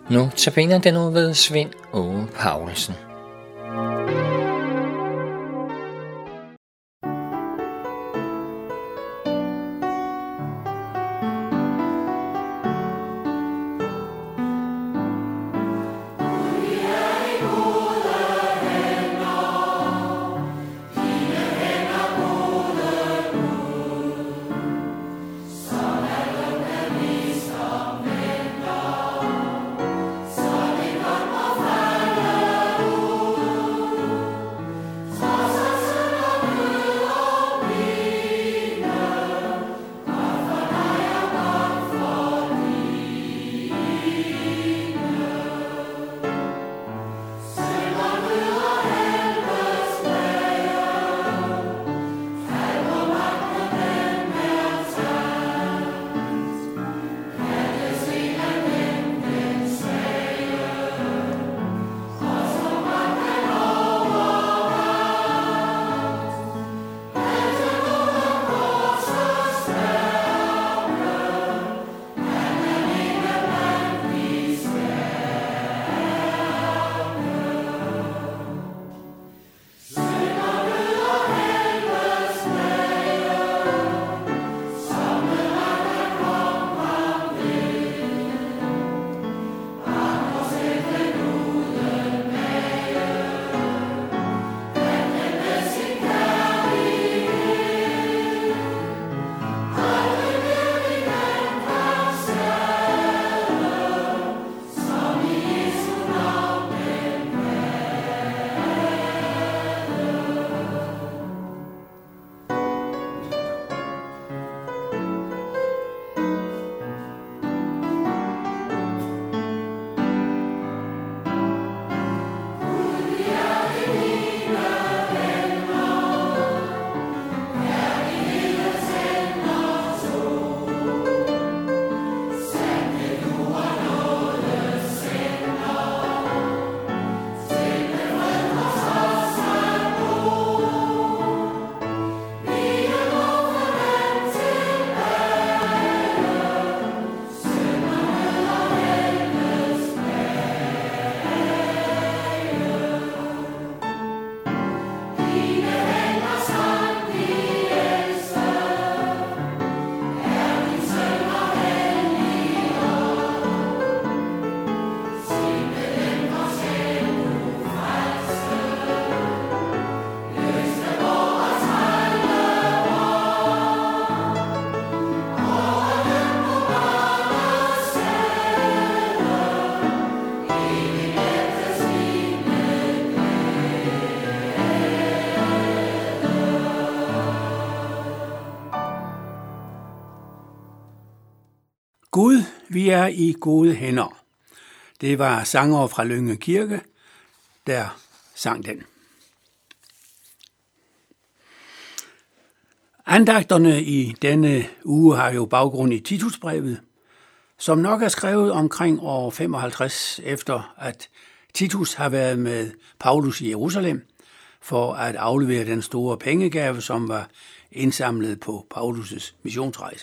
Nu tabiner den ud ved Svend Åge Paulsen. Gud, vi er i gode hænder. Det var sangere fra Lynge Kirke, der sang den. Andagterne i denne uge har jo baggrund i Titusbrevet, som nok er skrevet omkring år 55, efter at Titus har været med Paulus i Jerusalem for at aflevere den store pengegave, som var indsamlet på Paulus' missionsrejse.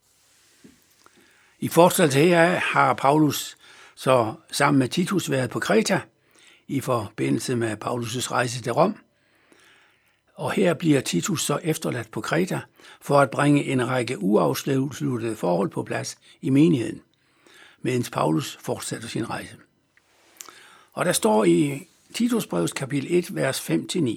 I fortsættelse heraf har Paulus så sammen med Titus været på Kreta i forbindelse med Paulus' rejse til Rom. Og her bliver Titus så efterladt på Kreta for at bringe en række uafsluttede forhold på plads i menigheden, mens Paulus fortsætter sin rejse. Og der står i Titusbrevets kapitel 1, vers 5-9.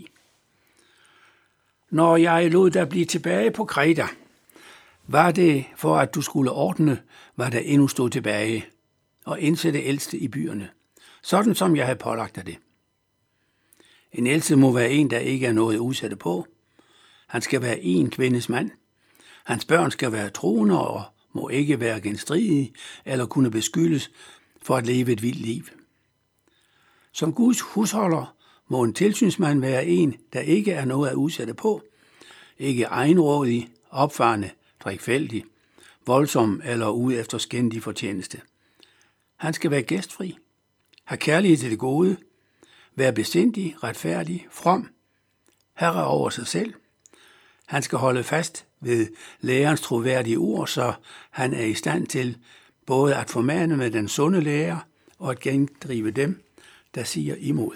Når jeg lod dig blive tilbage på Kreta, var det for, at du skulle ordne, hvad der endnu stod tilbage, og indsætte ældste i byerne, sådan som jeg havde pålagt dig det. En ældste må være en, der ikke er noget udsætte på. Han skal være en kvindes mand. Hans børn skal være troende og må ikke være genstridige eller kunne beskyldes for at leve et vildt liv. Som Guds husholder må en tilsynsmand være en, der ikke er noget at udsætte på, ikke egenrådig, opfarende, drikfældig, voldsom eller ude efter skændig fortjeneste. Han skal være gæstfri, have kærlighed til det gode, være besindig, retfærdig, from, herre over sig selv. Han skal holde fast ved lærerens troværdige ord, så han er i stand til både at formane med den sunde lære, og at gendrive dem, der siger imod.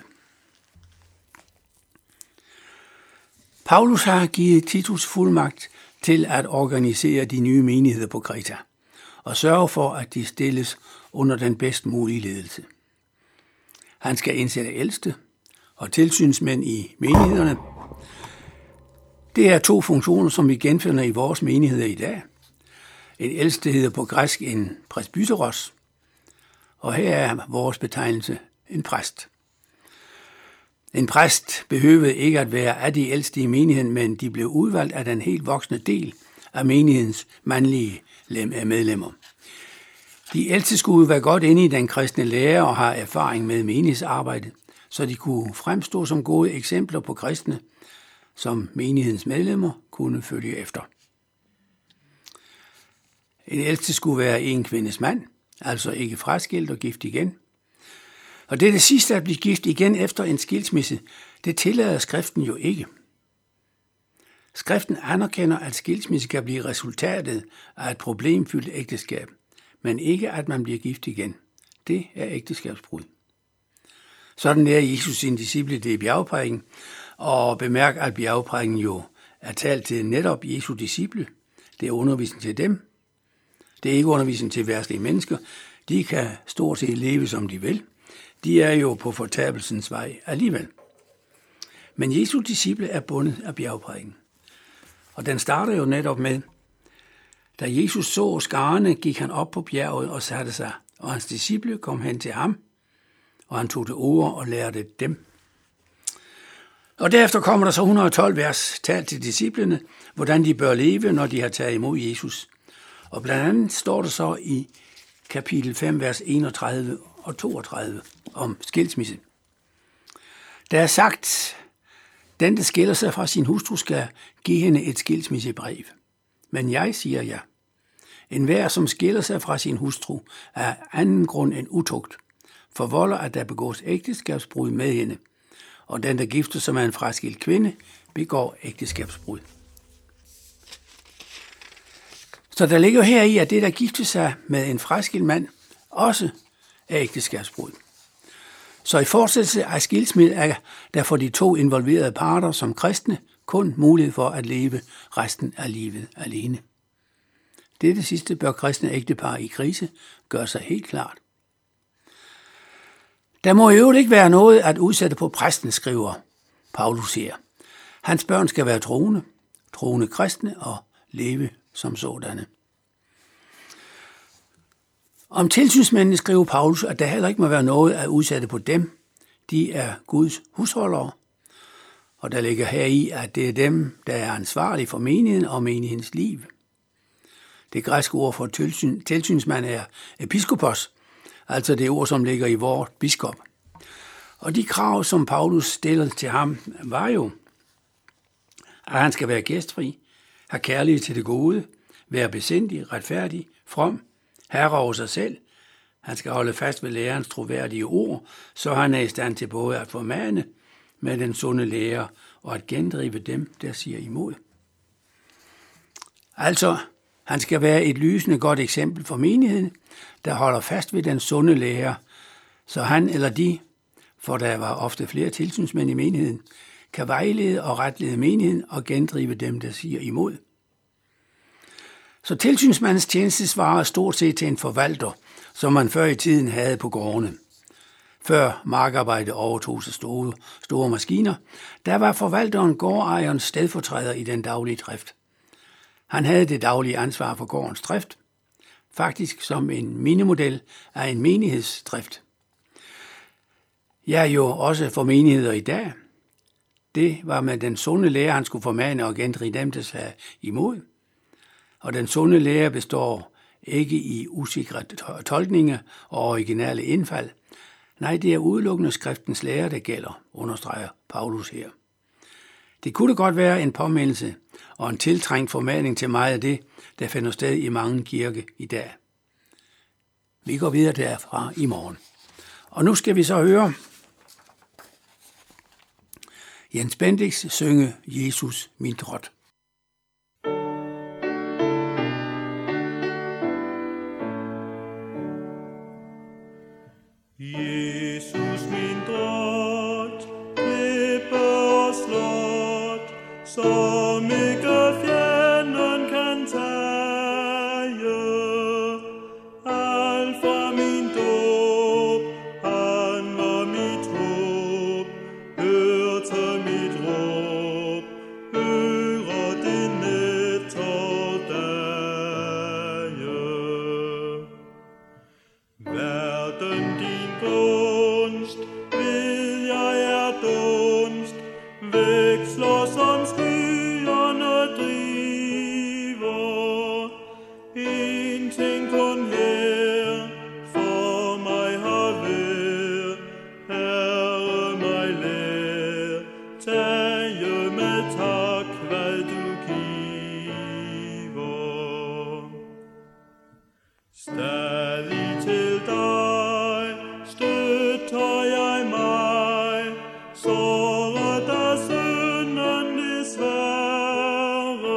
Paulus har givet Titus fuldmagt til at organisere de nye menigheder på Kreta og sørge for, at de stilles under den bedst mulige ledelse. Han skal indsætte ældste og tilsynsmænd i menighederne. Det er 2 funktioner, som vi genfinder i vores menigheder i dag. En ældste hedder på græsk en presbyteros, og her er vores betegnelse en præst. En præst behøvede ikke at være af de ældste i menigheden, men de blev udvalgt af den helt voksne del af menighedens mandlige medlemmer. De ældste skulle være godt inde i den kristne lære og have erfaring med menighedsarbejde, så de kunne fremstå som gode eksempler på kristne, som menighedens medlemmer kunne følge efter. En ældste skulle være en kvindes mand, altså ikke fraskilt og gift igen. Og det sidste at blive gift igen efter en skilsmisse, det tillader skriften jo ikke. Skriften anerkender, at skilsmisse kan blive resultatet af et problemfyldt ægteskab, men ikke at man bliver gift igen. Det er ægteskabsbrud. Sådan lærer Jesus sine disciple det i bjergprædiken, og bemærk, at bjergprædiken jo er talt til netop Jesu disciple. Det er undervisning til dem. Det er ikke undervisning til verdslige mennesker. De kan stort set leve, som de vil. De er jo på fortabelsens vej alligevel. Men Jesu disciple er bundet af bjergprædiken. Og den starter jo netop med, da Jesus så skarne, gik han op på bjerget og satte sig, og hans disciple kom hen til ham, og han tog det ord og lærte dem. Og derefter kommer der så 112 vers talt til disciplene, hvordan de bør leve, når de har taget imod Jesus. Og blandt andet står der så i kapitel 5, vers 31 og 32 om skilsmisse. Der er sagt, den, der skiller sig fra sin hustru, skal give hende et skilsmissebrev. Men jeg siger jer, enhver, som skiller sig fra sin hustru, er anden grund end utugt, forvolder, at der begås ægteskabsbrud med hende, og den, der gifter sig med en fraskilt kvinde, begår ægteskabsbrud. Så der ligger her i, at det, der gifter sig med en fraskilt mand, også er ægteskabsbrud. Så i fortsættelse af skilsmisse er der for de 2 involverede parter som kristne kun mulighed for at leve resten af livet alene. Dette sidste bør kristne ægtepar i krise gøre sig helt klart. Der må i øvrigt ikke være noget at udsætte på præsten, skriver Paulus her. Hans børn skal være troende kristne og leve som sådanne. Om tilsynsmændene skriver Paulus, at der heller ikke må være noget at udsætte på dem. De er Guds husholdere, og der ligger her i, at det er dem, der er ansvarlige for menigheden og menighedens liv. Det græske ord for tilsynsmand er episkopos, altså det ord, som ligger i vort biskop. Og de krav, som Paulus stiller til ham, var jo, at han skal være gæstfri, have kærlighed til det gode, være besindig, retfærdig, from, herre over sig selv. Han skal holde fast ved lærerens troværdige ord, så han er i stand til både at formane med den sunde lære og at gendrive dem, der siger imod. Altså, han skal være et lysende godt eksempel for menigheden, der holder fast ved den sunde lære, så han eller de, for der var ofte flere tilsynsmænd i menigheden, kan vejlede og retlede menigheden og gendrive dem, der siger imod. Så tilsynsmandens tjeneste svarer stort set til en forvalter, som man før i tiden havde på gårdene. Før markarbejde overtog sig store maskiner, der var forvalteren gårdejerens stedfortræder i den daglige drift. Han havde det daglige ansvar for gårdens drift, faktisk som en minimodel af en menighedsdrift. Ja, jo også for menigheder i dag. Det var med den sunde lære, han skulle formane og gendrive dem, der sagde imod. Og den sunde lære består ikke i usikre tolkninger og originale indfald. Nej, det er udelukkende skriftens lære, der gælder, understreger Paulus her. Det kunne godt være en påmindelse og en tiltrængt formaning til meget af det, der finder sted i mange kirker i dag. Vi går videre derfra i morgen. Og nu skal vi så høre Jens Bendix synge Jesus min drot. Jesus min dragt, klippe og slot, som ikke fjenden kan tage. Alt fra min dåb, han var mit håb, hørte mit råb, hører det netterdage. Verden din gunst, ved jeg er dunst, veksler som skyerne driver. En ting kun her for mig har været, Herre mig lær, tage med tak, hvad du giver. Stadig til dig støtter jeg mig, såret af synden desværre.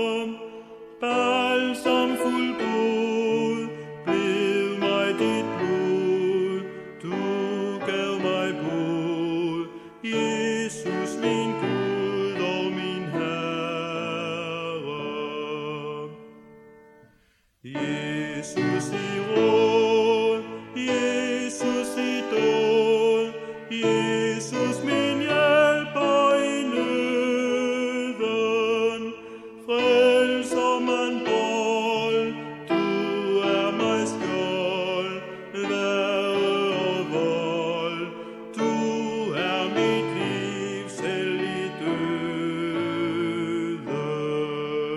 Balsamfuld bod blev mig dit blod, du gav mig bod, Jesus min Gud og min Herre. Jesus i råd, Jesus i dåd, Jesus min hjælper i nøden. Frelser man bold, du er mig skjold, værre og vold. Du er mit liv selv i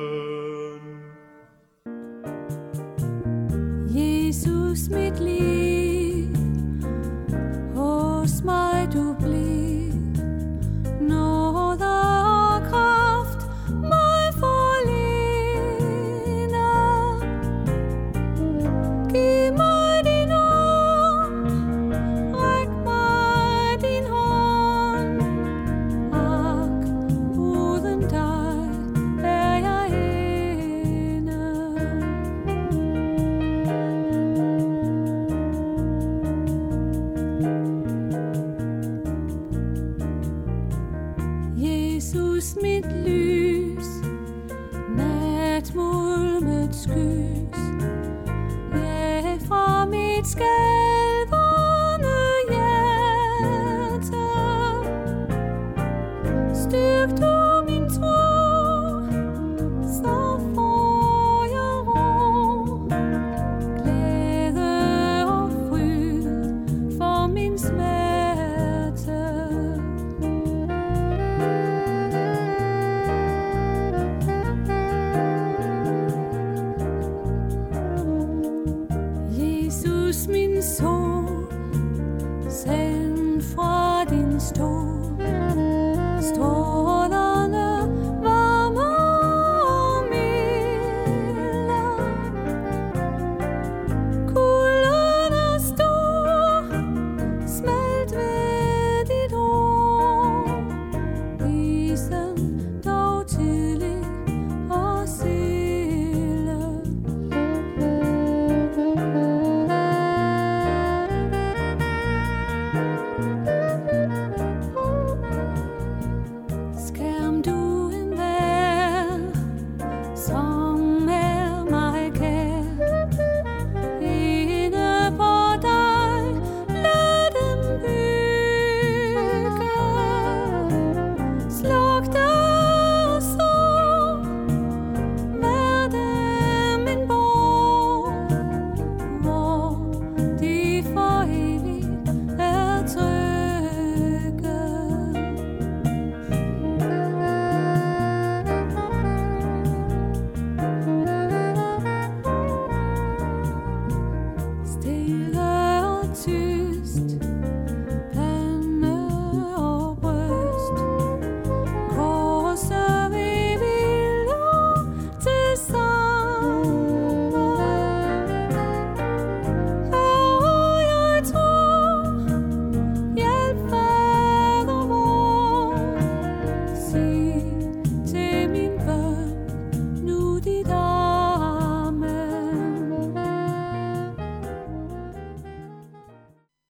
døden. Jesus mit liv.